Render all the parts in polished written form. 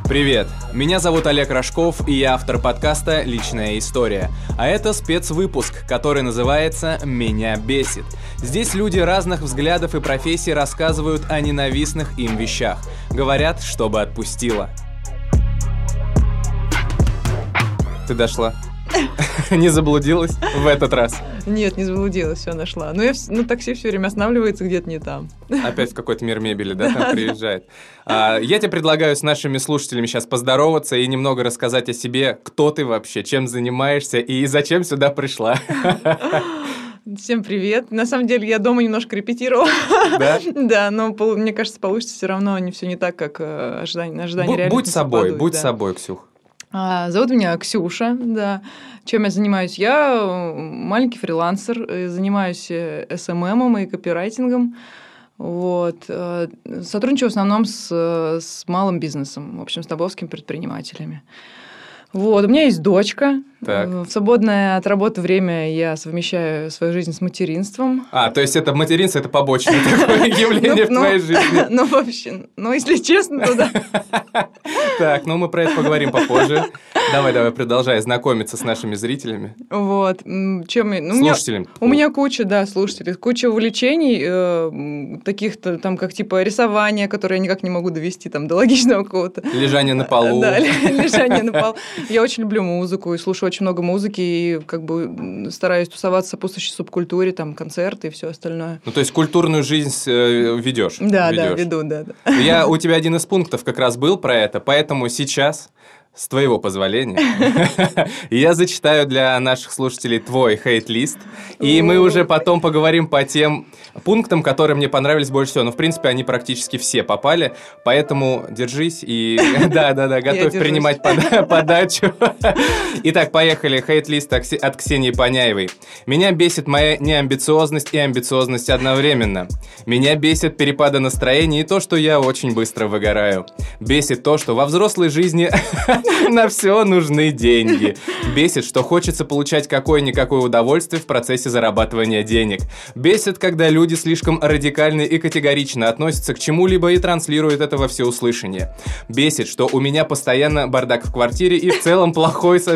Привет, меня зовут Олег Рожков, и я автор подкаста «Личная история». А это спецвыпуск, который называется «Меня бесит». Здесь люди разных взглядов и профессий рассказывают о ненавистных им вещах. Говорят, чтобы отпустило. Ты дошла? Не заблудилась в этот раз? Нет, не заблудилась, все нашла. Но такси все время останавливается где-то не там. Опять в какой-то мир мебели, да, там приезжает. Я тебе предлагаю с нашими слушателями сейчас поздороваться и немного рассказать о себе, кто ты вообще, чем занимаешься и зачем сюда пришла. Всем привет. На самом деле я дома немножко репетировала. Да? Да, но мне кажется, получится все равно не все не так, как ожидание реальности. Будь собой, Ксюх. Зовут меня Ксюша, да. Чем я занимаюсь? Я маленький фрилансер, занимаюсь SMM и копирайтингом. Вот. Сотрудничаю в основном с малым бизнесом, в общем, с тамбовскими предпринимателями. Вот. У меня есть дочка. Так. В свободное от работы время я совмещаю свою жизнь с материнством. То есть это материнство, это побочное такое явление в твоей жизни? Ну, вообще, если честно, то да. Так, мы про это поговорим попозже. Давай, продолжай знакомиться с нашими зрителями. Вот. Слушателями. У меня куча, слушателей, куча увлечений, таких-то там, как типа рисование, которое я никак не могу довести там до логичного какого-то. Лежание на полу. Да, лежание на полу. Я очень люблю музыку и слушаю очень много музыки, и как бы стараюсь тусоваться в сопутствующей субкультуре, там, концерты и все остальное. То есть культурную жизнь ведешь? Да, веду, да. У тебя один из пунктов как раз был про это, поэтому сейчас, с твоего позволения, я зачитаю для наших слушателей твой хейт-лист, и мы уже потом поговорим по тем пунктам, которые мне понравились больше всего. В принципе, они практически все попали, поэтому держись и, готовь принимать подачу. Итак, поехали. Хейт-лист от Ксении Паняевой. Меня бесит моя неамбициозность и амбициозность одновременно. Меня бесит перепады настроения и то, что я очень быстро выгораю. Бесит то, что во взрослой жизни на все нужны деньги. Бесит, что хочется получать какое-никакое удовольствие в процессе зарабатывания денег. Бесит, когда люди слишком радикально и категорично относятся к чему-либо и транслируют это во всеуслышание. Бесит, что у меня постоянно бардак в квартире и в целом плохо с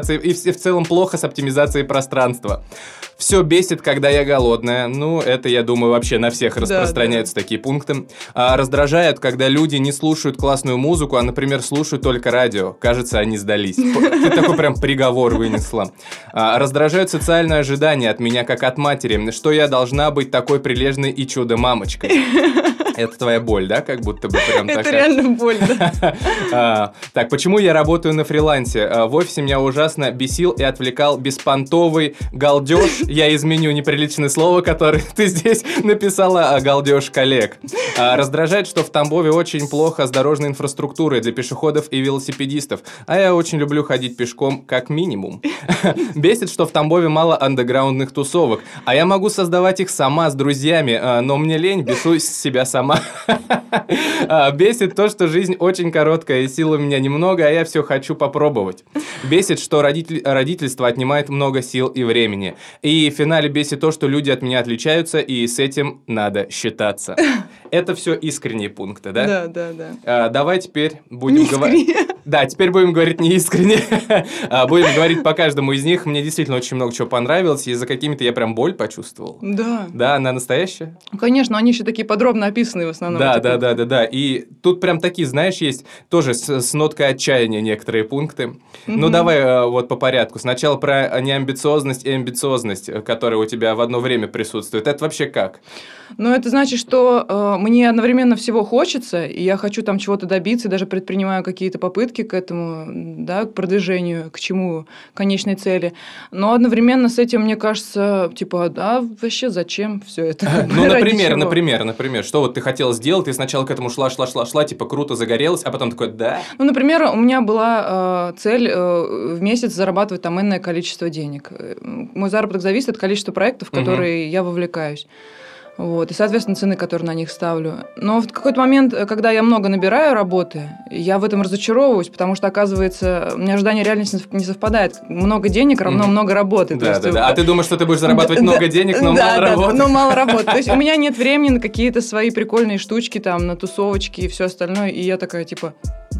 оптимизацией пространства. Все бесит, когда я голодная. Это, я думаю, вообще на всех распространяются такие пункты. Раздражает, когда люди не слушают классную музыку, а, например, слушают только радио. Кажется, они сдались. Ты такой прям приговор вынесла. Раздражают социальные ожидания от меня, как от матери, что я должна быть такой прилежной и чудо-мамочкой. Это твоя боль, да, как будто бы прям такая? Это реально боль, да. Так, почему я работаю на фрилансе? В офисе меня ужасно бесил и отвлекал беспонтовый галдеж. Я изменю неприличное слово, которое ты здесь написала, галдеж коллег. Раздражает, что в Тамбове очень плохо с дорожной инфраструктурой для пешеходов и велосипедистов. А я очень люблю ходить пешком, как минимум. Бесит, что в Тамбове мало андеграундных тусовок. А я могу создавать их сама с друзьями, но мне лень, бесусь себя сама. Бесит то, что жизнь очень короткая, и сил у меня немного, а я все хочу попробовать. Бесит, что родительство отнимает много сил и времени. И в финале бесит то, что люди от меня отличаются, и с этим надо считаться. Это все искренние пункты, да? Да. Давай теперь будем говорить... Да, теперь будем говорить неискренне. Будем говорить по каждому из них. Мне действительно очень много чего понравилось, и за какими-то я прям боль почувствовал. Да. Да, она настоящая? Конечно, они еще такие подробно описаны в основном. Да. И тут прям такие, знаешь, есть тоже с ноткой отчаяния некоторые пункты. Давай вот по порядку. Сначала про неамбициозность и амбициозность, которая у тебя в одно время присутствует. Это вообще как? Это значит, что мне одновременно всего хочется, и я хочу там чего-то добиться, и даже предпринимаю какие-то попытки к этому, да, к продвижению, к чему, к конечной цели. Но одновременно с этим, мне кажется, вообще зачем все это? Например, что вот ты хотела сделать, ты сначала к этому шла, круто загорелась, а потом такой, да? Например, у меня была цель в месяц зарабатывать там энное количество денег. Мой заработок зависит от количества проектов, в которые я вовлекаюсь. Вот, и, соответственно, цены, которые на них ставлю. Но в какой-то момент, когда я много набираю работы, я в этом разочаровываюсь, потому что, оказывается, у меня ожидание реальности не совпадает. Много денег равно много работы. Да. А ты думаешь, что ты будешь зарабатывать много денег, но мало работы? Но мало работы. То есть у меня нет времени на какие-то свои прикольные штучки, там, на тусовочки и все остальное. И я такая,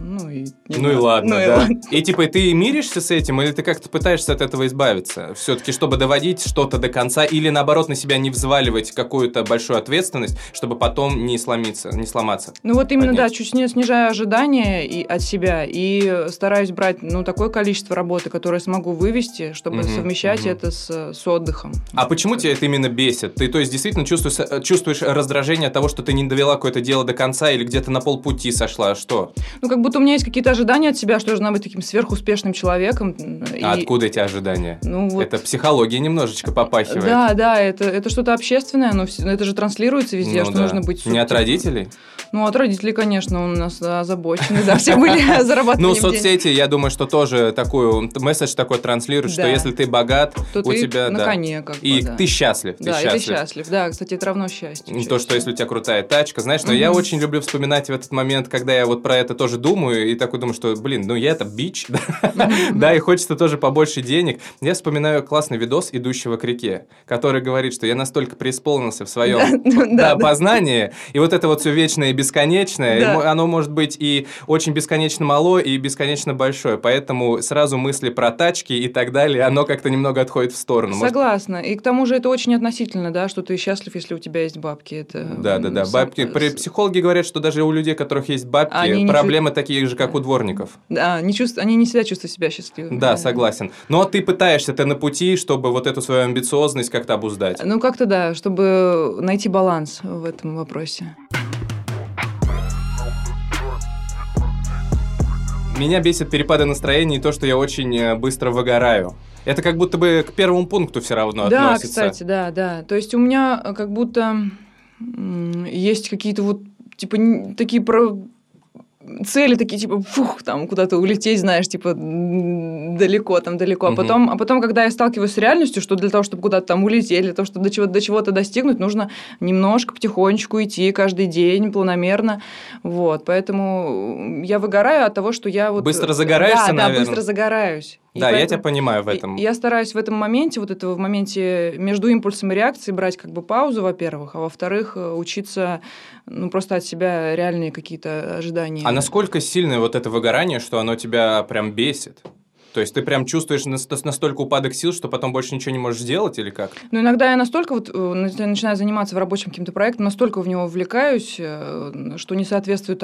Ну и ладно, да. И типа ты миришься с этим, или ты как-то пытаешься от этого избавиться? Все-таки, чтобы доводить что-то до конца, или наоборот на себя не взваливать какую-то большую ответственность, чтобы потом не сломаться. Ну вот именно, да, чуть снижаю ожидания от себя и стараюсь брать, такое количество работы, которое смогу вывести, чтобы совмещать это с отдыхом. А почему тебя это именно бесит? Ты, то есть, действительно чувствуешь раздражение от того, что ты не довела какое-то дело до конца или где-то на полпути сошла? Что? Как будто у меня есть какие-то ожидания от себя, что я должна быть таким сверхуспешным человеком. А откуда эти ожидания? Это психология немножечко попахивает. Да, это что-то общественное, но это же транслируется везде, что нужно быть... Не от родителей? От родителей, конечно, у нас озабочены, да, все были зарабатыванием денег. Соцсети, я думаю, что тоже месседж такой транслируют, что если ты богат, то у тебя... на коне как бы, и ты счастлив. Да, и ты счастлив. Да, кстати, это равно счастью. То, что если у тебя крутая тачка, знаешь, но я очень люблю вспоминать в этот момент, когда я вот про это тоже думаю, и такой думаю, что, я это бич, да, и хочется тоже побольше денег. Я вспоминаю классный видос «Идущего к реке», который говорит, что я настолько преисполнился в своем познании, и вот это вот все вечное и бесконечное, оно может быть и очень бесконечно мало, и бесконечно большое, поэтому сразу мысли про тачки и так далее, оно как-то немного отходит в сторону. Согласна, и к тому же это очень относительно, да, что ты счастлив, если у тебя есть бабки. Да, бабки. Психологи говорят, что даже у людей, у которых есть бабки, проблемы такие же, как у дворников. Да, они не всегда чувствуют себя счастливыми. Да, согласен. Но ты пытаешься-то на пути, чтобы вот эту свою амбициозность как-то обуздать. Как-то да, чтобы найти баланс в этом вопросе. Меня бесит перепады настроения и то, что я очень быстро выгораю. Это как будто бы к первому пункту все равно относится. Да, кстати, да. То есть у меня как будто есть какие-то вот такие цели такие, там куда-то улететь, знаешь, далеко. А потом, когда я сталкиваюсь с реальностью, что для того, чтобы куда-то там улететь, для того, чтобы до чего-то достигнуть, нужно немножко потихонечку идти каждый день, планомерно. Вот, поэтому я выгораю от того, что я Быстро загораешься, наверное? Да, быстро загораюсь. Да, я тебя понимаю в этом. Я стараюсь в этом моменте, в моменте между импульсом и реакцией брать паузу, во-первых, а во-вторых, учиться просто от себя реальные какие-то ожидания. А насколько сильное вот это выгорание, что оно тебя прям бесит? То есть ты прям чувствуешь настолько упадок сил, что потом больше ничего не можешь сделать или как? Иногда я настолько начинаю заниматься рабочим каким-то проектом, настолько в него вовлекаюсь, что не соответствует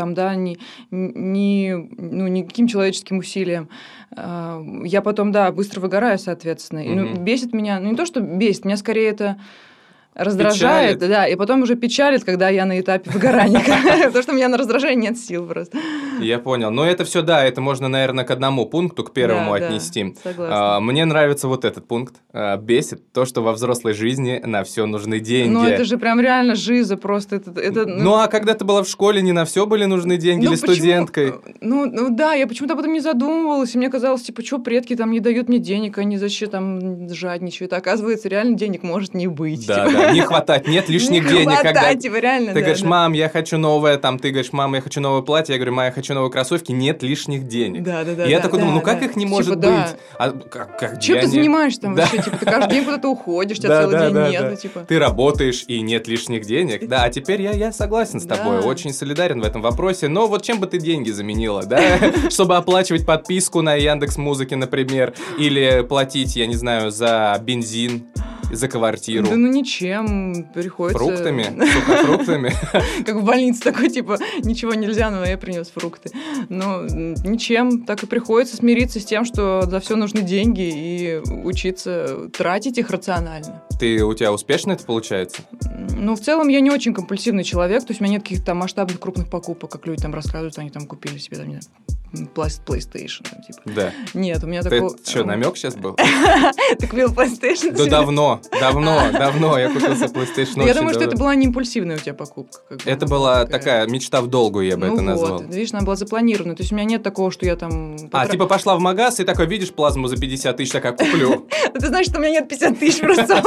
никаким человеческим усилиям. Я потом, быстро выгораю, соответственно. И, бесит меня, не то, что бесит, меня скорее это... раздражает, да, и потом уже печалит, когда я на этапе выгорания, потому что у меня на раздражение нет сил просто. Я понял. Но это все, да, это можно, наверное, к одному пункту, к первому отнести. Согласна. Мне нравится вот этот пункт. Бесит то, что во взрослой жизни на все нужны деньги. Это же прям реально жиза просто. А когда ты была в школе, не на все были нужны деньги или студенткой? Да, я почему-то об этом не задумывалась, и мне казалось, что предки там не дают мне денег, они зачем там жадничают. Оказывается, реально денег может не быть. Да. Не хватать, нет лишних денег. Не хватать, реально, ты говоришь, мам, я хочу новое, ты говоришь, мам, я хочу новое платье, я говорю, мам, я хочу новые кроссовки, нет лишних денег. Да. И я такой думаю, как их не может быть? Чем ты занимаешься там вообще? Ты каждый день куда-то уходишь, тебя целый день нет. Ты работаешь, и нет лишних денег. Да, а теперь я согласен с тобой, очень солидарен в этом вопросе. Но вот чем бы ты деньги заменила, да? Чтобы оплачивать подписку на Яндекс.Музыке, например, или платить, я не знаю, за бензин, за квартиру. Да ничем, приходится... Фруктами? Сухофруктами? Как в больнице такой, ничего нельзя, но я принес фрукты. Но ничем, так и приходится смириться с тем, что за все нужны деньги, и учиться тратить их рационально. У тебя успешно это получается? В целом я не очень компульсивный человек, то есть у меня нет каких-то масштабных крупных покупок, как люди там рассказывают, они там купили себе, не знаю, PlayStation. Да. Нет, у меня такого... Это что, намек сейчас был? Ты купил PlayStation? Да давно я купил себе PlayStation. Я думаю, что это была не импульсивная у тебя покупка. Это была такая мечта в долгую, я бы это назвал. Видишь, она была запланирована. То есть у меня нет такого, что я там... Пошла в магаз и такой, видишь плазму за 50 тысяч, такая, куплю. Ты знаешь, что у меня нет 50 тысяч просто.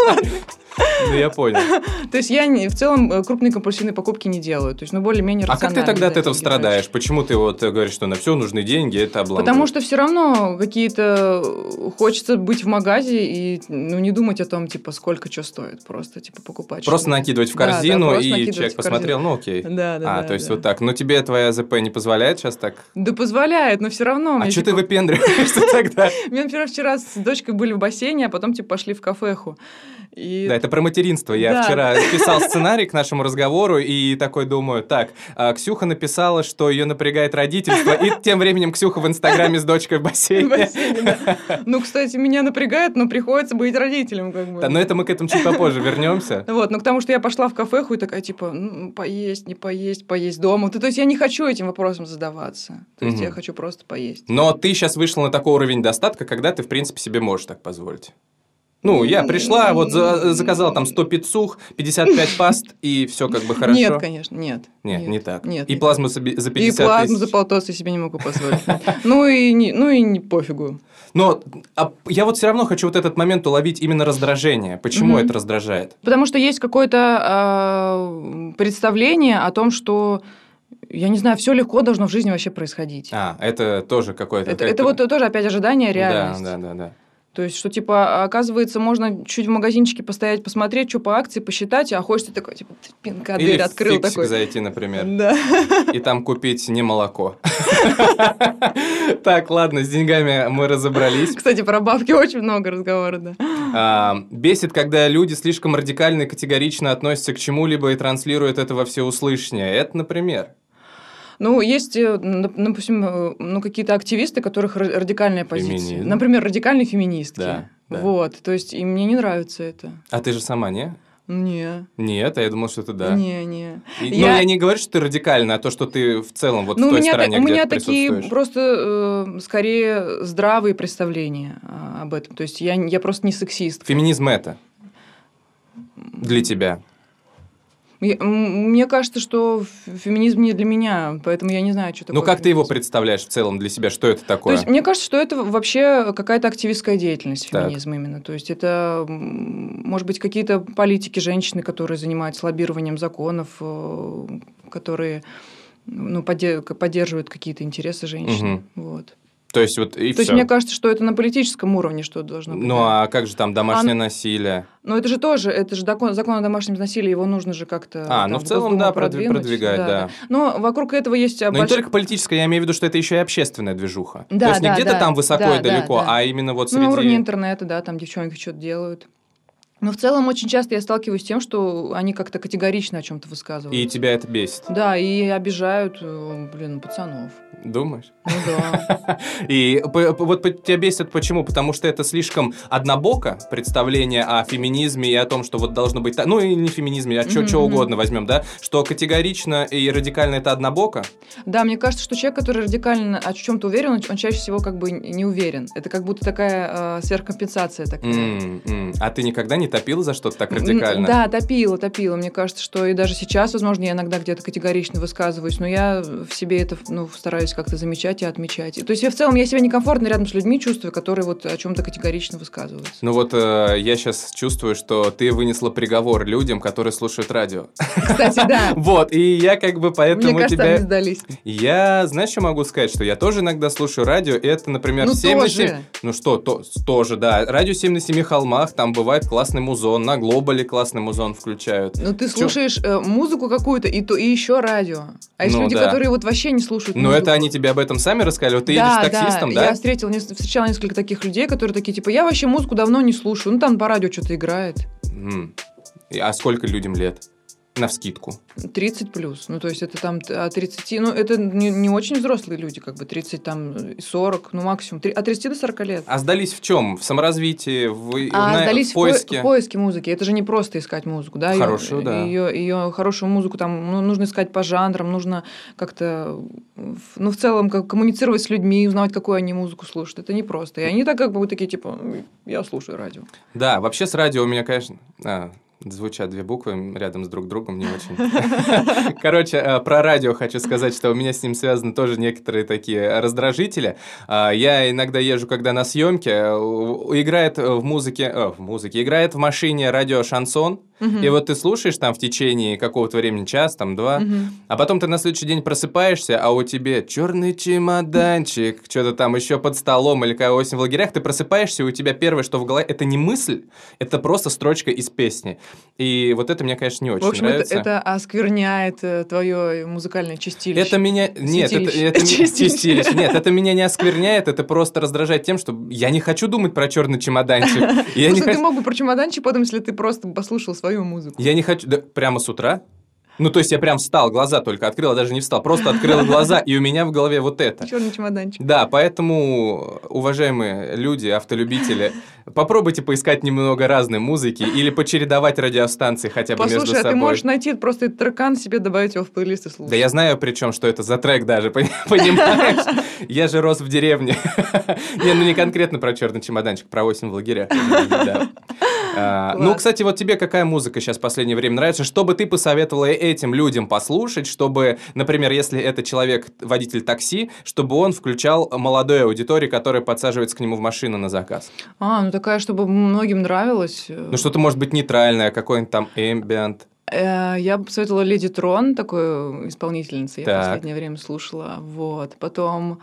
Я понял. То есть я в целом крупные компульсивные покупки не делаю. То есть, более-менее рационально. А как ты тогда от этого страдаешь? Почему ты говоришь, что на все нужны нужны деньги, это обламывает. Потому что все равно какие-то... Хочется быть в магазе и не думать о том, типа, сколько что стоит. Просто, типа, покупать. Просто накидывать в корзину, да, и человек посмотрел, ну окей. Да. То есть вот так. Но тебе твоя ЗП не позволяет сейчас так? Да позволяет, но все равно. А что ты выпендриваешься тогда? Мы, например, вчера с дочкой были в бассейне, а потом, типа, пошли в кафеху. Да, это про материнство. Я вчера писал сценарий к нашему разговору и такой думаю, так, Ксюха написала, что ее напрягает родительство, и тем временем Ксюха в Инстаграме с дочкой в бассейне. Ну, кстати, меня напрягает, но приходится быть родителем, как бы. Да, но это мы к этому чуть попозже вернемся. Вот, ну, к тому, что я пошла в кафеху и такая, типа, поесть, не поесть дома. То есть я не хочу этим вопросом задаваться. То есть я хочу просто поесть. Но ты сейчас вышла на такой уровень достатка, когда ты, в принципе, себе можешь так позволить. Ну, я пришла, вот заказала там 100 пиццух, 55 паст, и все как бы хорошо. Нет, конечно, нет. Нет, не так. Нет, и плазму за 50 тысяч. И плазму за полтос я себе не могу позволить. Ну и не пофигу. Но я вот все равно хочу вот этот момент уловить именно раздражение. Почему это раздражает? Потому что есть какое-то представление о том, что, я не знаю, все легко должно в жизни вообще происходить. Это тоже какое-то... Это вот тоже опять ожидание, реальность. Да. То есть, что, типа, оказывается, можно чуть в магазинчике постоять, посмотреть, что по акции, посчитать, а хочешь ты такой, типа, пинка, дверь открыл. Или в такой. зайти, например. Да. И там купить не молоко. Так, ладно, с деньгами мы разобрались. Кстати, про бабки очень много разговоров, да. Бесит, когда люди слишком радикально и категорично относятся к чему-либо и транслируют это во всеуслышание. Это, например... Ну, есть, допустим, какие-то активисты, у которых радикальная позиция. Феминизм. Например, радикальные феминистки. Да. Вот, то есть, и мне не нравится это. А ты же сама, не? Не. Нет, а я думал, что ты да. Не. Я не говорю, что ты радикально, а то, что ты в целом вот в той стороне, где ты присутствуешь. У меня такие просто, скорее, здравые представления об этом. То есть, я просто не сексист. Феминизм это для тебя? Мне кажется, что феминизм не для меня, поэтому я не знаю, что такое. Ну, как ты его представляешь в целом для себя? Что это такое? То есть, мне кажется, что это вообще какая-то активистская деятельность, феминизм именно. То есть, это, может быть, какие-то политики, женщины, которые занимаются лоббированием законов, которые поддерживают какие-то интересы женщин. Вот. То есть, вот и То есть, мне кажется, что это на политическом уровне что-то должно быть. Ну, а как же там домашнее насилие? Ну, это же закон о домашнем насилии, его нужно же как-то в целом, да, продвигать, да. Но вокруг этого есть... Но не только политическое, я имею в виду, что это еще и общественная движуха. Да, то есть, не где-то там высоко и далеко, а именно вот среди... на уровне интернета, да, там девчонки что-то делают. Но в целом очень часто я сталкиваюсь с тем, что они как-то категорично о чем-то высказываются. И тебя это бесит? Да, и обижают, пацанов. Думаешь? Ну да. И вот тебя бесит почему? Потому что это слишком однобоко представление о феминизме и о том, что вот должно быть... Ну и не феминизме, а что угодно возьмем, да? Что категорично и радикально это однобоко? Да, мне кажется, что человек, который радикально о чем-то уверен, он чаще всего как бы не уверен. Это как будто такая сверхкомпенсация такая. А ты никогда не топила за что-то так радикально? Да, топила. Мне кажется, что и даже сейчас, возможно, я иногда где-то категорично высказываюсь, но я в себе это стараюсь как-то замечать и отмечать. То есть, в целом, я себя некомфортно рядом с людьми чувствую, которые вот о чем-то категорично высказываются. Ну вот я сейчас чувствую, что ты вынесла приговор людям, которые слушают радио. Кстати, да. Вот, и я как бы поэтому Мне кажется, они сдались. Я, знаешь, что могу сказать? Что я тоже иногда слушаю радио, и это, например, 7 на 7... Ну что, тоже, да. Радио 7 на 7 холмах, там бывает классный музон, на Глобале классный музон включают. Ну ты слушаешь музыку какую-то и еще радио. А есть люди, которые вот вообще не слушают музыку. Ну это они тебе об этом сами рассказали? Вот ты едешь с таксистом, да? Я встречала несколько таких людей, которые такие, типа, я вообще музыку давно не слушаю. Ну там по радио что-то играет. А сколько людям лет? Навскидку. 30 плюс. Ну, то есть, это там от 30... Ну, это не очень взрослые люди, как бы 30, там, 40, ну, максимум. От 30 до 40 лет. А сдались в чем? В саморазвитии? Сдались в поиске? В поиске музыки. Это же не просто искать музыку, да? Хорошую, да. Ее хорошую музыку там нужно искать по жанрам, нужно как-то, в целом, коммуницировать с людьми, узнавать, какую они музыку слушают. Это не просто. И они так как бы такие, типа, я слушаю радио. Да, вообще с радио у меня, конечно... Звучат две буквы рядом с друг другом, не очень. Короче, про радио хочу сказать, что у меня с ним связаны тоже некоторые такие раздражители. Я иногда езжу, когда на съемке, играет играет в машине радио-шансон, и вот ты слушаешь там в течение какого-то времени, час, там, два, а потом ты на следующий день просыпаешься, а у тебя черный чемоданчик, что-то там еще под столом или как «Осень в лагерях», ты просыпаешься, и у тебя первое, что в голове, это не мысль, это просто строчка из песни. И вот это мне, конечно, не очень в общем, нравится. Это оскверняет твое музыкальное чистилище. Это меня... Нет, чистилище. Нет, это меня не оскверняет, это просто раздражает тем, что я не хочу думать про черный чемоданчик. Просто ты мог бы про чемоданчик потом, если ты просто послушал свою музыку. Я не хочу... Да, прямо с утра? Ну, то есть я прям встал, глаза только открыл, а даже не встал, просто открыл глаза, и у меня в голове вот это. Черный чемоданчик. Да, поэтому, уважаемые люди, автолюбители, попробуйте поискать немного разной музыки или почередовать радиостанции хотя бы между собой. Послушай, а ты можешь найти просто этот трекан, себе добавить его в плейлист и слушать. Да я знаю, причем, что это за трек даже, понимаешь? Я же рос в деревне. Не, ну не конкретно про черный чемоданчик, про «Осень в лагерях». Ну, кстати, вот тебе какая музыка сейчас в последнее время нравится? Что бы ты посоветовала этим людям послушать, чтобы, например, если это человек, водитель такси, чтобы он включал молодой аудитории, которая подсаживается к нему в машину на заказ? Ну такая, чтобы многим нравилось. Ну, что-то может быть нейтральное, какой-нибудь там эмбиент. Я бы посоветовала Леди Трон, такой исполнительницы, я в последнее время слушала. Вот. Потом...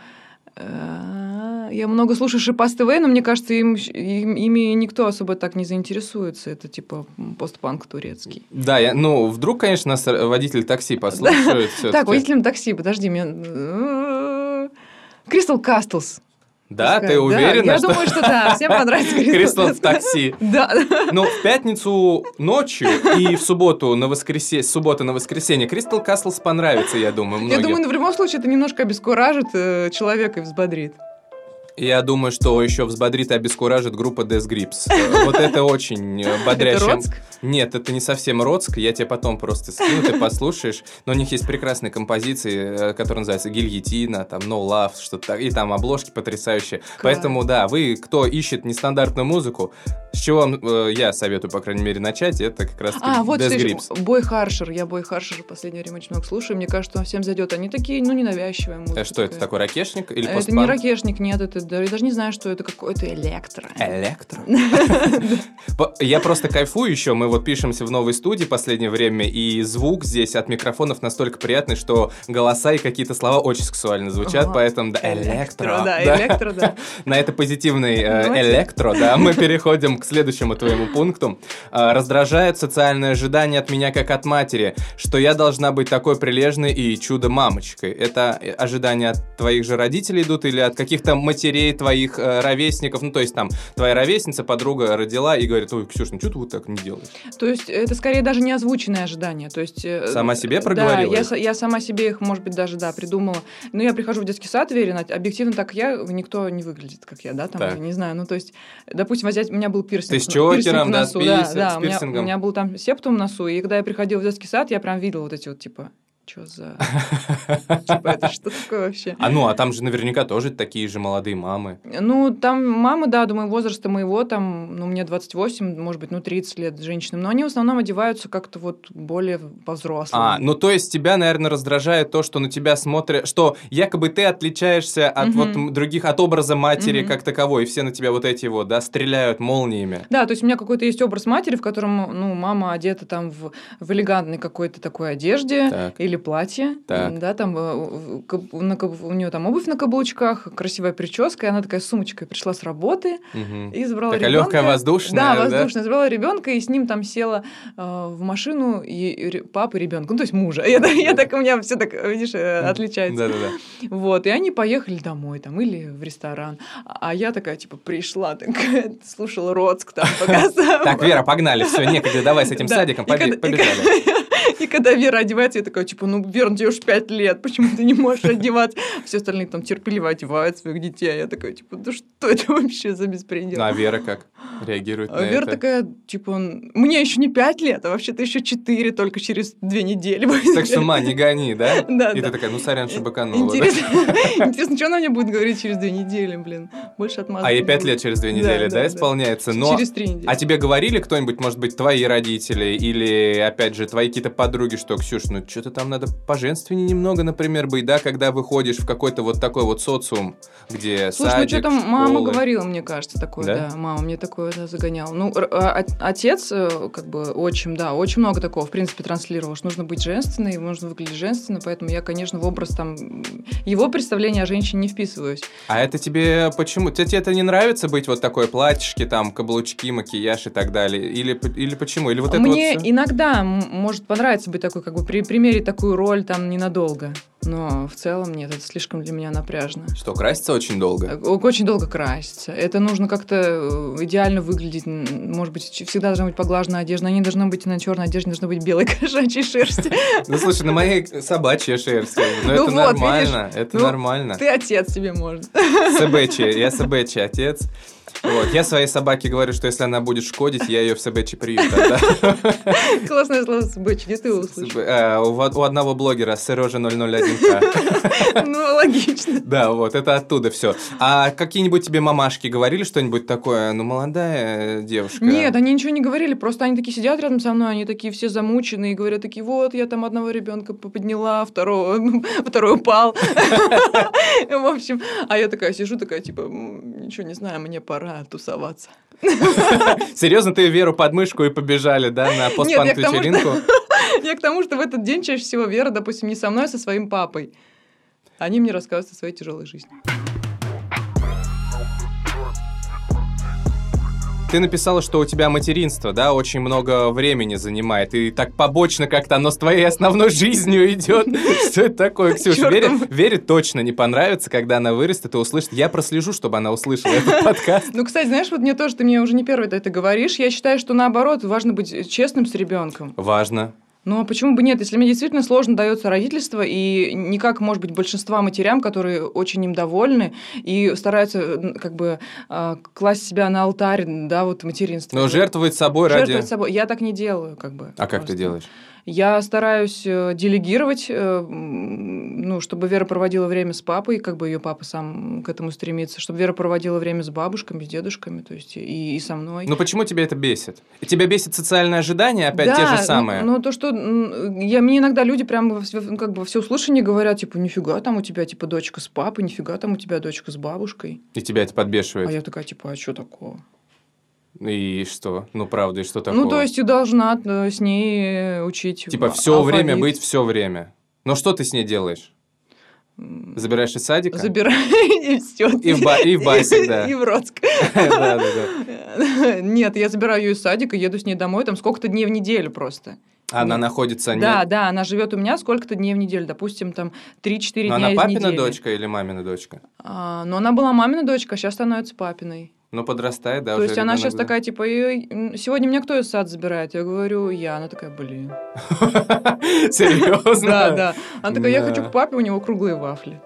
Я много слушаю Шипас ТВ, но мне кажется, ими никто особо так не заинтересуется. Это типа постпанк турецкий. Да, вдруг, конечно, нас водитель такси послушают. Так, водителем такси, подожди, меня... Crystal Castles. Да, ты уверена? Я думаю, что да, всем понравится Crystal в такси. Да. Но в пятницу ночью и в субботу на воскресенье, с субботы на воскресенье Crystal Castles понравится, я думаю, многим. Я думаю, в любом случае это немножко обескуражит человека и взбодрит. Я думаю, что еще взбодрит и обескуражит группа Death Grips. Вот это очень бодрящая... Это Роцк? Нет, это не совсем Роцк. Я тебе потом просто скину, ты послушаешь. Но у них есть прекрасные композиции, которые называются «Гильотина», там «No Love», что-то так. И там обложки потрясающие. Поэтому, да, вы, кто ищет нестандартную музыку, с чего я советую, по крайней мере, начать, это как раз вот Death Grips. Бой Харшер. Я Бой Харшер в последнее время очень много слушаю. Мне кажется, он всем зайдет. Они такие, ненавязчивая музыка. Что это, такой ракешник или постпанк? Это не ракешник, нет, это я даже не знаю, что это какое-то электро. Электро? Я просто кайфую еще. Мы вот пишемся в новой студии в последнее время, и звук здесь от микрофонов настолько приятный, что голоса и какие-то слова очень сексуально звучат, поэтому да, электро. Да, электро, да. На это позитивный электро, да, мы переходим к следующему твоему пункту. Раздражает социальное ожидание от меня как от матери, что я должна быть такой прилежной и чудо-мамочкой. Это ожидания от твоих же родителей идут или от каких-то матерей твоих ровесников? Ну, то есть там твоя ровесница, подруга родила и говорит: ой, Ксюш, ну что ты вот так не делаешь? То есть это скорее даже не озвученные ожидания. То есть, сама себе проговорила? Да, я сама себе их, может быть, даже, да, придумала. Но я прихожу в детский сад, уверена, объективно так никто не выглядит, как я, да, там, я не знаю. Ну, то есть, допустим, у меня был пирсинг. Ты с чокером, да, с пирсингом? У меня был там септум в носу, и когда я приходила в детский сад, я прям видела вот эти вот, типа... Что за... Типа, это что такое вообще? А там же наверняка тоже такие же молодые мамы. Ну, там мамы, да, думаю, возраста моего, там, мне 28, может быть, 30 лет женщинам, но они в основном одеваются как-то вот более по-взрослому. То есть тебя, наверное, раздражает то, что на тебя смотрят, что якобы ты отличаешься от вот других, от образа матери как таковой, и все на тебя вот эти вот, да, стреляют молниями. Да, то есть у меня какой-то есть образ матери, в котором, мама одета там в элегантной какой-то такой одежде, или платье, да, там у нее там обувь на каблучках, красивая прическа, и она такая с сумочкой пришла с работы и забрала ребенка. Такая легкая, воздушная. Да, воздушная. Забрала ребенка и с ним там села в машину и папы ребенка, то есть мужа. Я так, у меня все так, видишь, отличается. Да. Вот, и они поехали домой там или в ресторан. А я такая, типа, пришла, такая, слушала Роцк там, показала. Так, Вера, погнали, все, некогда, давай с этим садиком, побежали. И И когда Вера одевается, я такая, типа, ну, Вера, тебе уж 5 лет, почему ты не можешь одеваться? Все остальные там терпеливо одевают своих детей. А я такая, типа, да что это вообще за беспредел? Ну, а Вера как реагирует на Вера это? такая, типа, мне еще не 5 лет, а вообще-то еще 4, только через 2 недели. Так что, ма, не гони, да? Да, И да. ты такая, ну, сорян, что быканула. да? Интересно, что она мне будет говорить через 2 недели, блин? Больше отмазок. А ей не 5 будет. лет через 2 недели, да, исполняется? Но... Через 3 недели. А тебе говорили кто-нибудь, может быть, твои родители или, опять же, твои какие-то подруги, что, Ксюш, ну что-то там надо поженственнее немного, например, быть, да, когда выходишь в какой-то вот такой вот социум, где Слушай, садик, ну что-то мама школы. говорила, мне кажется, такое, Да? да. Мама мне такое загоняла. Ну, отец, как бы, отчим, да, очень много такого, в принципе, транслировал, что нужно быть женственной, нужно выглядеть женственно, поэтому я, конечно, в образ там, его представления о женщине не вписываюсь. А это тебе почему? Тебе это не нравится быть вот такой платьишки, там, каблучки, макияж и так далее? Или почему? Или вот это Мне вот всё? иногда может понравиться быть такой, как бы, примерить такую роль там ненадолго. Но в целом нет, это слишком для меня напряжно. Что, краситься очень долго? Очень долго краситься. Это нужно как-то идеально выглядеть. Может быть, всегда должна быть поглаженная одежда. Они должны быть на черной одежде, должна быть белой кошачьей шерсти. Ну, слушай, на моей собачья шерсть. Ну, Ну это вот, нормально, видишь? это Ну, нормально. Ты отец, тебе можно. Я СБЧ отец. Вот. Я своей собаке говорю, что если она будет шкодить, я ее в СБЧ приют отдам. Классное слово СБЧ, где ты его услышал? У одного блогера, Сережа 001К. Ну, логично. Да, вот, это оттуда все. А какие-нибудь тебе мамашки говорили что-нибудь такое? Ну, молодая девушка. Нет, они ничего не говорили, просто они такие сидят рядом со мной, они такие все замученные, и говорят такие, вот, я там одного ребенка подняла, второй упал. В общем, а я такая сижу, такая, типа, ничего не знаю, мне пора тусоваться. Серьезно, ты Веру под мышку и побежали, да, на постпанк-вечеринку? Я к тому, что в этот день чаще всего Вера, допустим, не со мной, а со своим папой. Они мне рассказывают о своей тяжелой жизни. Ты написала, что у тебя материнство, да, очень много времени занимает, и так побочно как-то оно с твоей основной жизнью идет. Что это такое, Ксюш? Вере точно не понравится, когда она вырастет и услышит. Я прослежу, чтобы она услышала этот подкаст. Ну, кстати, знаешь, вот мне тоже, ты мне уже не первый это говоришь, я считаю, что наоборот, важно быть честным с ребенком. Важно. Ну, а почему бы нет? Если мне действительно сложно дается родительство, и не как, может быть, большинства матерям, которые очень им довольны и стараются, как бы, класть себя на алтарь, да, вот материнства. Но жертвовать собой ради... Жертвовать собой. Я так не делаю, как бы. А как ты делаешь? Я стараюсь делегировать, ну, чтобы Вера проводила время с папой, как бы ее папа сам к этому стремится, чтобы Вера проводила время с бабушками, с дедушками, то есть и со мной. Ну почему тебя это бесит? Тебя бесит социальное ожидание, опять да, те же самые? Ну, то, что мне иногда люди прямо как бы во всеуслышание говорят, типа, нифига там у тебя, типа, дочка с папой, нифига там у тебя дочка с бабушкой. И тебя это подбешивает? А я такая, типа, а что такого? И что? Ну, правда, и что такого? Ну, то есть, ты должна с ней учить Типа, все время быть, все время. Но что ты с ней делаешь? Забираешь из садика? Забираю, и все. И в басик, да. И в Роцк. Да. Нет, я забираю ее из садика, еду с ней домой, там сколько-то дней в неделю просто. Она находится... Да, она живет у меня сколько-то дней в неделю, допустим, там 3-4 дня из недели. Но она папина дочка или мамина дочка? Но она была мамина дочка, а сейчас становится папиной. Ну, подрастает, да, То уже есть она ребенок, сейчас да. такая, типа, сегодня меня кто из сад забирает? Я говорю, я. Она такая, блин. Серьезно? Да. Она такая, я хочу к папе, у него круглые вафли.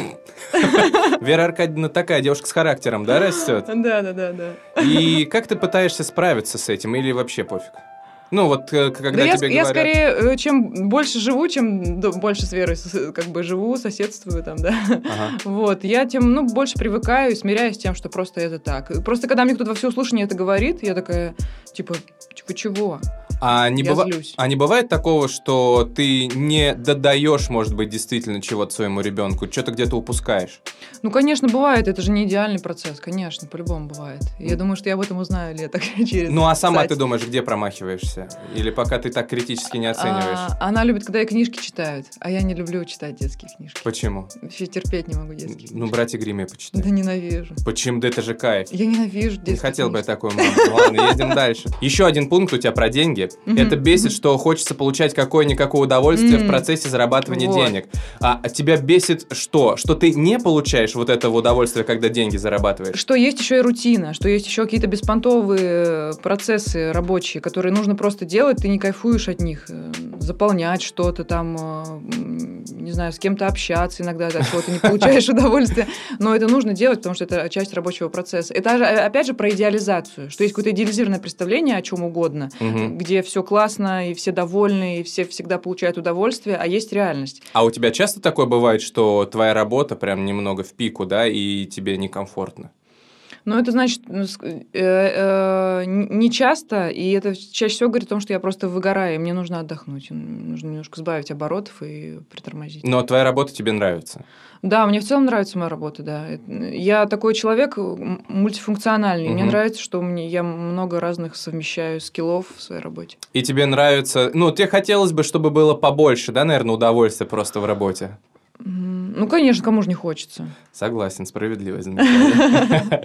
Вера Аркадьевна такая девушка с характером, да, растет? Да. И как ты пытаешься справиться с этим или вообще пофиг? Ну, вот когда тебе говорят... Я скорее, чем больше живу, чем больше с Верой как бы живу, соседствую там, да. Ага. Вот, я тем, больше привыкаю и смиряюсь с тем, что просто это так. Просто когда мне кто-то во всеуслышание это говорит, я такая, типа чего? А не злюсь. бывает такого, что ты не додаешь, может быть, действительно чего-то своему ребенку, что-то где-то упускаешь? Ну, конечно, бывает, это же не идеальный процесс, конечно, по-любому бывает. Я думаю, что я об этом узнаю лет через... Ну, а сама сайт. ты думаешь, где промахиваешься? Или пока ты так критически не оцениваешь? Она любит, когда ей книжки читают, а я не люблю читать детские книжки. Почему? Вообще терпеть не могу детские книжки. Ну, «Братья Гримм» я почитаю. Да ненавижу. Почему? Да это же кайф. Я ненавижу детские Не хотел бы я книжки. такую маму. Ладно, едем дальше. дальше. Еще один пункт у тебя про деньги. Мгм. Это бесит, что хочется получать какое-никакое удовольствие в процессе зарабатывания Вот. денег. А тебя бесит что? Что ты не получаешь вот этого удовольствия, когда деньги зарабатываешь? Что есть еще и рутина, что есть еще какие-то беспонтовые процессы рабочие, которые нужно просто делать, ты не кайфуешь от них. Заполнять что-то там, не знаю, с кем-то общаться иногда, от чего ты не получаешь удовольствия. Но это нужно делать, потому что это часть рабочего процесса. Это, опять же, про идеализацию, что есть какое-то идеализированное представление о чем угодно, где все классно, и все довольны, и все всегда получают удовольствие, а есть реальность. А у тебя часто такое бывает, что твоя работа прям немного в пику, да, и тебе некомфортно? Но это значит не часто, и это чаще всего говорит о том, что я просто выгораю, и мне нужно отдохнуть. Нужно немножко сбавить оборотов и притормозить. Но твоя работа тебе нравится? Да, мне в целом нравится моя работа, да. Я такой человек мультифункциональный. Мне нравится, что я много разных совмещаю скиллов в своей работе. И тебе нравится... Ну, тебе хотелось бы, чтобы было побольше, да, наверное, удовольствия просто в работе? Ну, конечно, кому же не хочется. Согласен, справедливое замечание.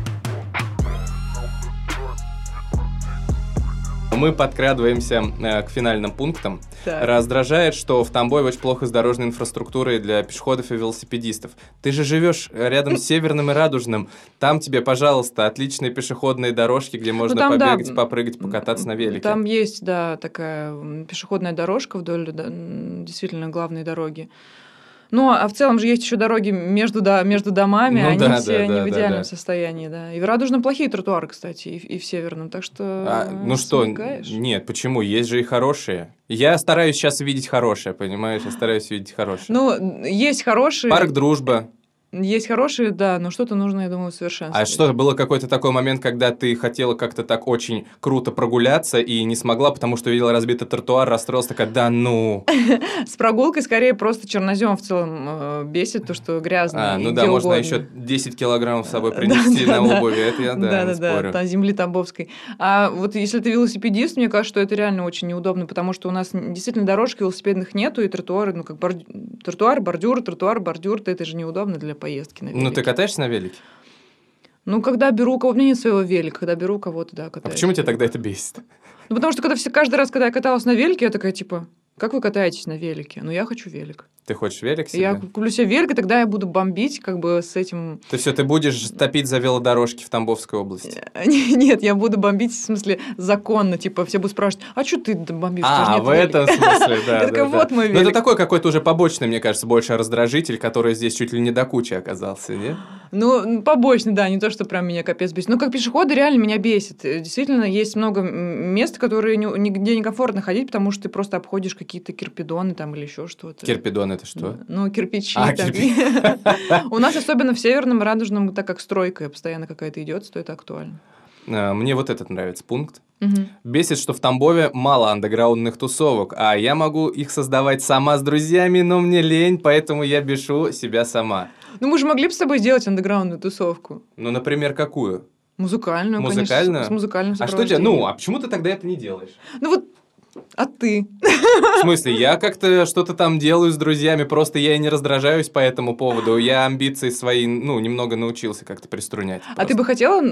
Мы подкрадываемся к финальным пунктам. Так. Раздражает, что в Тамбове очень плохо с дорожной инфраструктурой для пешеходов и велосипедистов. Ты же живешь рядом с Северным и Радужным. Там тебе, пожалуйста, отличные пешеходные дорожки, где можно там, побегать, да, попрыгать, покататься на велике. Там есть, да, такая пешеходная дорожка вдоль действительно главной дороги. Ну, а в целом же есть еще дороги между домами, Ну, они да, все да, не да, в идеальном да. состоянии, да. И в Радужном плохие тротуары, кстати, и в Северном, так что Ну что, смекаешь. нет, почему? Есть же и хорошие. Я стараюсь сейчас видеть хорошее, понимаешь? Я стараюсь видеть хорошее. Ну, есть хорошие. Парк Дружба. Есть хорошие, да, но что-то нужно, я думаю, А совершенствовать. что, было какой-то такой момент, когда ты хотела как-то так очень круто прогуляться и не смогла, потому что видела разбитый тротуар, расстроилась, такая, да ну... С прогулкой скорее просто чернозем в целом бесит, то, что грязно. Ну и да, где можно угодно. еще 10 килограммов с собой принести на обуви, это я, да, не спорю. Да, земли Тамбовской. А вот если ты велосипедист, мне кажется, что это реально очень неудобно, потому что у нас действительно дорожек велосипедных нету, и тротуары, ну как тротуар, бордюр, это же неудобно для поездки на велике. Ну ты катаешься на велике? Ну, когда беру у кого-то, у меня нет своего велика, когда беру у кого-то, да, катаюсь. А почему тебя тогда это бесит? Ну, потому что каждый раз, когда я каталась на велике, я такая, типа, как вы катаетесь на велике? Ну, я хочу велик. Ты хочешь велик себе? Я куплю себе велик, и тогда я буду бомбить как бы с этим... Ты будешь топить за велодорожки в Тамбовской области? Нет, я буду бомбить, в смысле, законно. Типа, все будут спрашивать, а что ты бомбишь? В этом смысле, да. Я такая, вот мой велик. Ну, это такой какой-то уже побочный, мне кажется, больше раздражитель, который здесь чуть ли не до кучи оказался, нет? Ну, побочный, да, не то, что прям меня капец бесит. Ну, как пешеходы реально меня бесит. Действительно, есть много мест, которые нигде некомфортно ходить, потому что ты просто обходишь какие-то кирпидоны там или еще что-то. Кирпидон это что? Ну, кирпичи. Кирпичи. У нас, особенно в Северном, Радужном, так как стройка постоянно какая-то идет, то это актуально. Мне вот этот нравится пункт. Бесит, что в Тамбове мало андеграундных тусовок, а я могу их создавать сама с друзьями, но мне лень, поэтому я бешу себя сама. Ну, мы же могли бы с тобой сделать андеграундную тусовку. Ну, например, какую? Музыкальную, Музыкальную? конечно, с музыкальным А что тебе? сопровождением. А почему ты тогда это не делаешь? Ну вот, а ты? В смысле, я как-то что-то там делаю с друзьями, просто я и не раздражаюсь по этому поводу. Я амбиции свои, немного научился как-то приструнять. А ты бы хотела,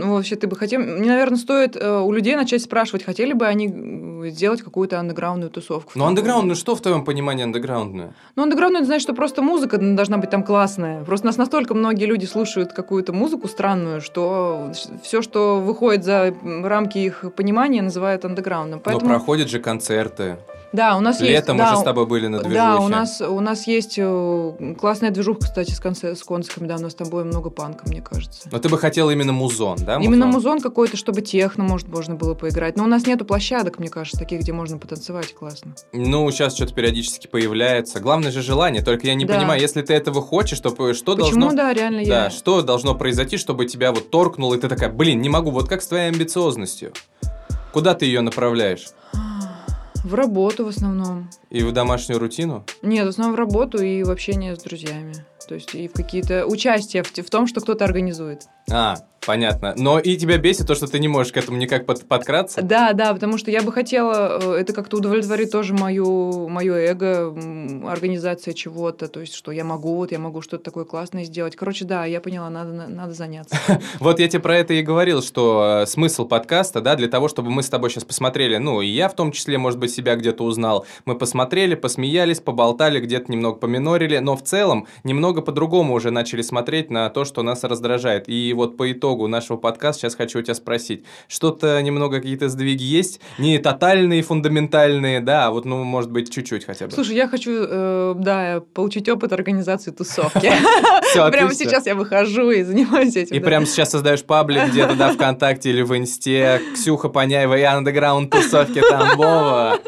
мне, наверное, стоит у людей начать спрашивать, хотели бы они сделать какую-то андеграундную тусовку. Ну, андеграундную, что в твоем понимании андеграундную? Ну, андеграундную, это значит, что просто музыка должна быть там классная. Просто нас настолько многие люди слушают какую-то музыку странную, что все, что выходит за рамки их понимания, называют андеграундом. Но проходят же концерты. Да, у нас Летом есть. мы же с тобой были на движухе. Да, у нас есть классная движуха, кстати, с концертами. Да, у нас с тобой много панка, мне кажется. Но ты бы хотела именно музон, да? Именно музон какой-то, чтобы техно, может, можно было поиграть. Но у нас нету площадок, мне кажется, таких, где можно потанцевать классно. Ну, сейчас что-то периодически появляется. Главное же желание. Только я не понимаю, если ты этого хочешь, что Почему, должно... да, реально Да, я... что должно произойти, чтобы тебя вот торкнуло, и ты такая, не могу, вот как с твоей амбициозностью? Куда ты ее направляешь? В работу в основном. И в домашнюю рутину? Нет, в основном в работу и в общение с друзьями. То есть и в какие-то участия в том, что кто-то организует. Понятно. Но и тебя бесит то, что ты не можешь к этому никак подкраться? Да, потому что я бы хотела это как-то удовлетворить тоже мое эго, организация чего-то, то есть, что я могу что-то такое классное сделать. Короче, да, я поняла, надо заняться. Вот я тебе про это и говорил, что смысл подкаста, да, для того, чтобы мы с тобой сейчас посмотрели, ну, и я в том числе, может быть, себя где-то узнал, мы посмотрели, посмеялись, поболтали, где-то немного поминорили, но в целом немного по-другому уже начали смотреть на то, что нас раздражает. И вот по итогу нашего подкаста сейчас хочу у тебя спросить, что-то немного какие-то сдвиги есть? Не тотальные, фундаментальные, да, а вот, ну, может быть, чуть-чуть хотя бы. Слушай, я хочу, получить опыт организации тусовки. Всё, прямо сейчас я выхожу и занимаюсь этим. И прямо сейчас создаешь паблик где-то, да, ВКонтакте или в Инсте, Ксюха Паняева и андеграунд тусовки Тамбова.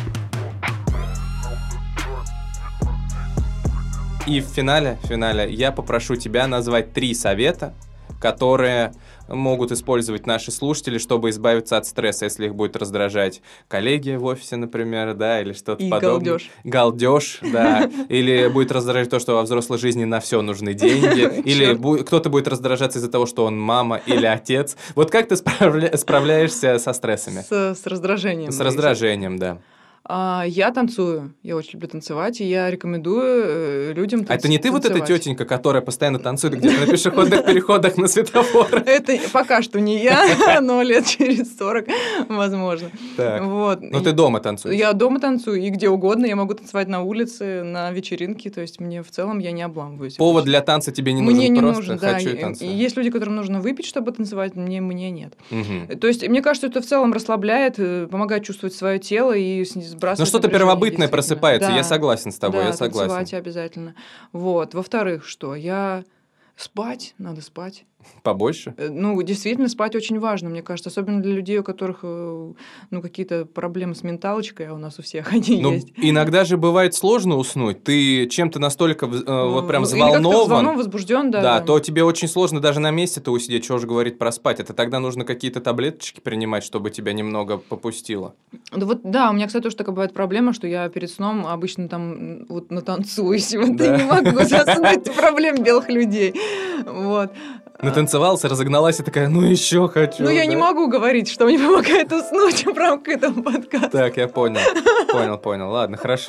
И в финале я попрошу тебя назвать 3 совета, которые могут использовать наши слушатели, чтобы избавиться от стресса, если их будет раздражать коллеги в офисе, например, да, или что-то и подобное. Галдеж, да. Или будет раздражать то, что во взрослой жизни на все нужны деньги. Или кто-то будет раздражаться из-за того, что он мама или отец. Вот как ты справляешься со стрессами? С раздражением. С раздражением, да. Я танцую, я очень люблю танцовать, и я рекомендую людям танцевать. А это не ты вот эта тетенька, которая постоянно танцует где-то на пешеходных переходах, на светофорах? Это пока что не я, но лет через 40, возможно. Так. Вот. Но ты дома танцуешь? Я дома танцую, и где угодно, я могу танцевать на улице, на вечеринке, то есть мне в целом я не обламываюсь. Повод для танца тебе не нужен, мне не просто нужен, хочу да. танцевать. И есть люди, которым нужно выпить, чтобы танцевать, мне нет. Угу. То есть мне кажется, это в целом расслабляет, помогает чувствовать свое тело и сбрасывать Ну что-то напряжение, первобытное просыпается, да. Я согласен с тобой, да, я согласен. танцевать обязательно. Вот. Во-вторых, что? Спать, надо спать. Побольше? Ну, действительно, спать очень важно, мне кажется, особенно для людей, у которых какие-то проблемы с менталочкой, а у нас у всех они есть. Иногда же бывает сложно уснуть. Ты чем-то настолько вот прям взволнован, возбужден, да. Да, то тебе очень сложно даже на месте-то усидеть, чего же говорить про спать. Это тогда нужно какие-то таблеточки принимать, чтобы тебя немного попустило. Да, у меня, кстати, тоже такая бывает проблема, что я перед сном обычно там вот натанцуюсь, вот и не могу заснуть, проблем белых людей. Вот. Натанцевался, разогналась и такая, ну еще хочу. Ну, я не могу говорить, что мне помогает уснуть в рамках этого подкаста. Так, я понял. Ладно, хорошо.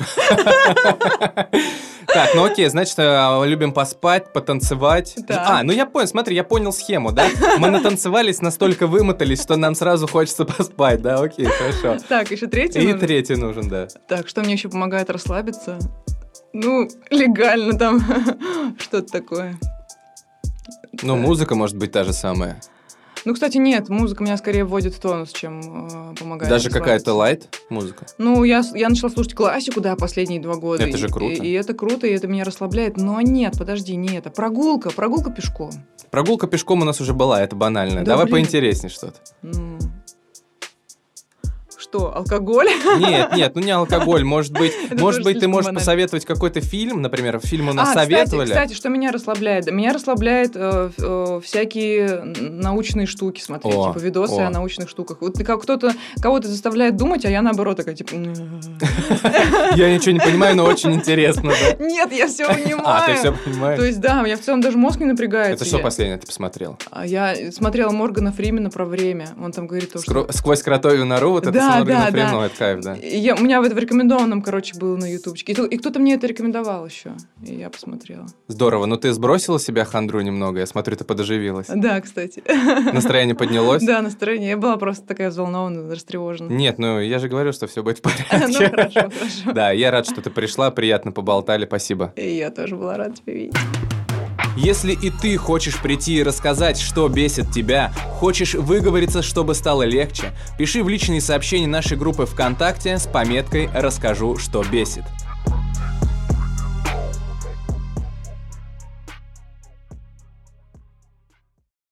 Так, ну окей, значит, любим поспать, потанцевать. Да. Ну я понял, смотри, я понял схему, да? Мы натанцевались, настолько вымотались, что нам сразу хочется поспать, да? Окей, хорошо. Так, еще третий нужен? И третий нужен, да. Так, что мне еще помогает расслабиться? Ну, легально там что-то такое. Ну, музыка может быть та же самая. Ну, кстати, нет, музыка меня скорее вводит в тонус, чем помогает. Даже какая-то лайт-музыка? Ну, я начала слушать классику, да, последние 2 года. Это же круто. И это круто, и это меня расслабляет. Но нет, подожди, не это. Прогулка пешком. Прогулка пешком у нас уже была, это банально. Да, давай поинтереснее что-то. Что, алкоголь? Нет, ну не алкоголь. Может быть, ты можешь посоветовать какой-то фильм, например, фильм у нас советовали. Кстати, что меня расслабляет? Меня расслабляет всякие научные штуки смотреть, типа видосы о научных штуках. Вот кто-то кого-то заставляет думать, а я наоборот такая, типа... Я ничего не понимаю, но очень интересно, да? Нет, я все понимаю. Ты все понимаешь? То есть, да, я в целом даже мозг не напрягается. Это что последнее ты посмотрела? Я смотрела Моргана Фримена про время. Он там говорит то, что... Сквозь кротовью нору, вот это с Морганом Фрименом, это кайф, да. У меня в рекомендованном, было на ютубчике. И кто-то мне это рекомендовал еще. И я посмотрела. Здорово. Ну, ты сбросила себя хандру немного? Я смотрю, ты подоживилась. Да, кстати. Настроение поднялось? Да, настроение. Я была просто такая взволнована, растревожена. Нет, ну, я же говорю, что все будет в порядке. Ну, хорошо. Да, я рад, что ты пришла, приятно поболтали, спасибо. И я тоже была рада тебя видеть. Если и ты хочешь прийти и рассказать, что бесит тебя, хочешь выговориться, чтобы стало легче, пиши в личные сообщения нашей группы ВКонтакте с пометкой «Расскажу, что бесит».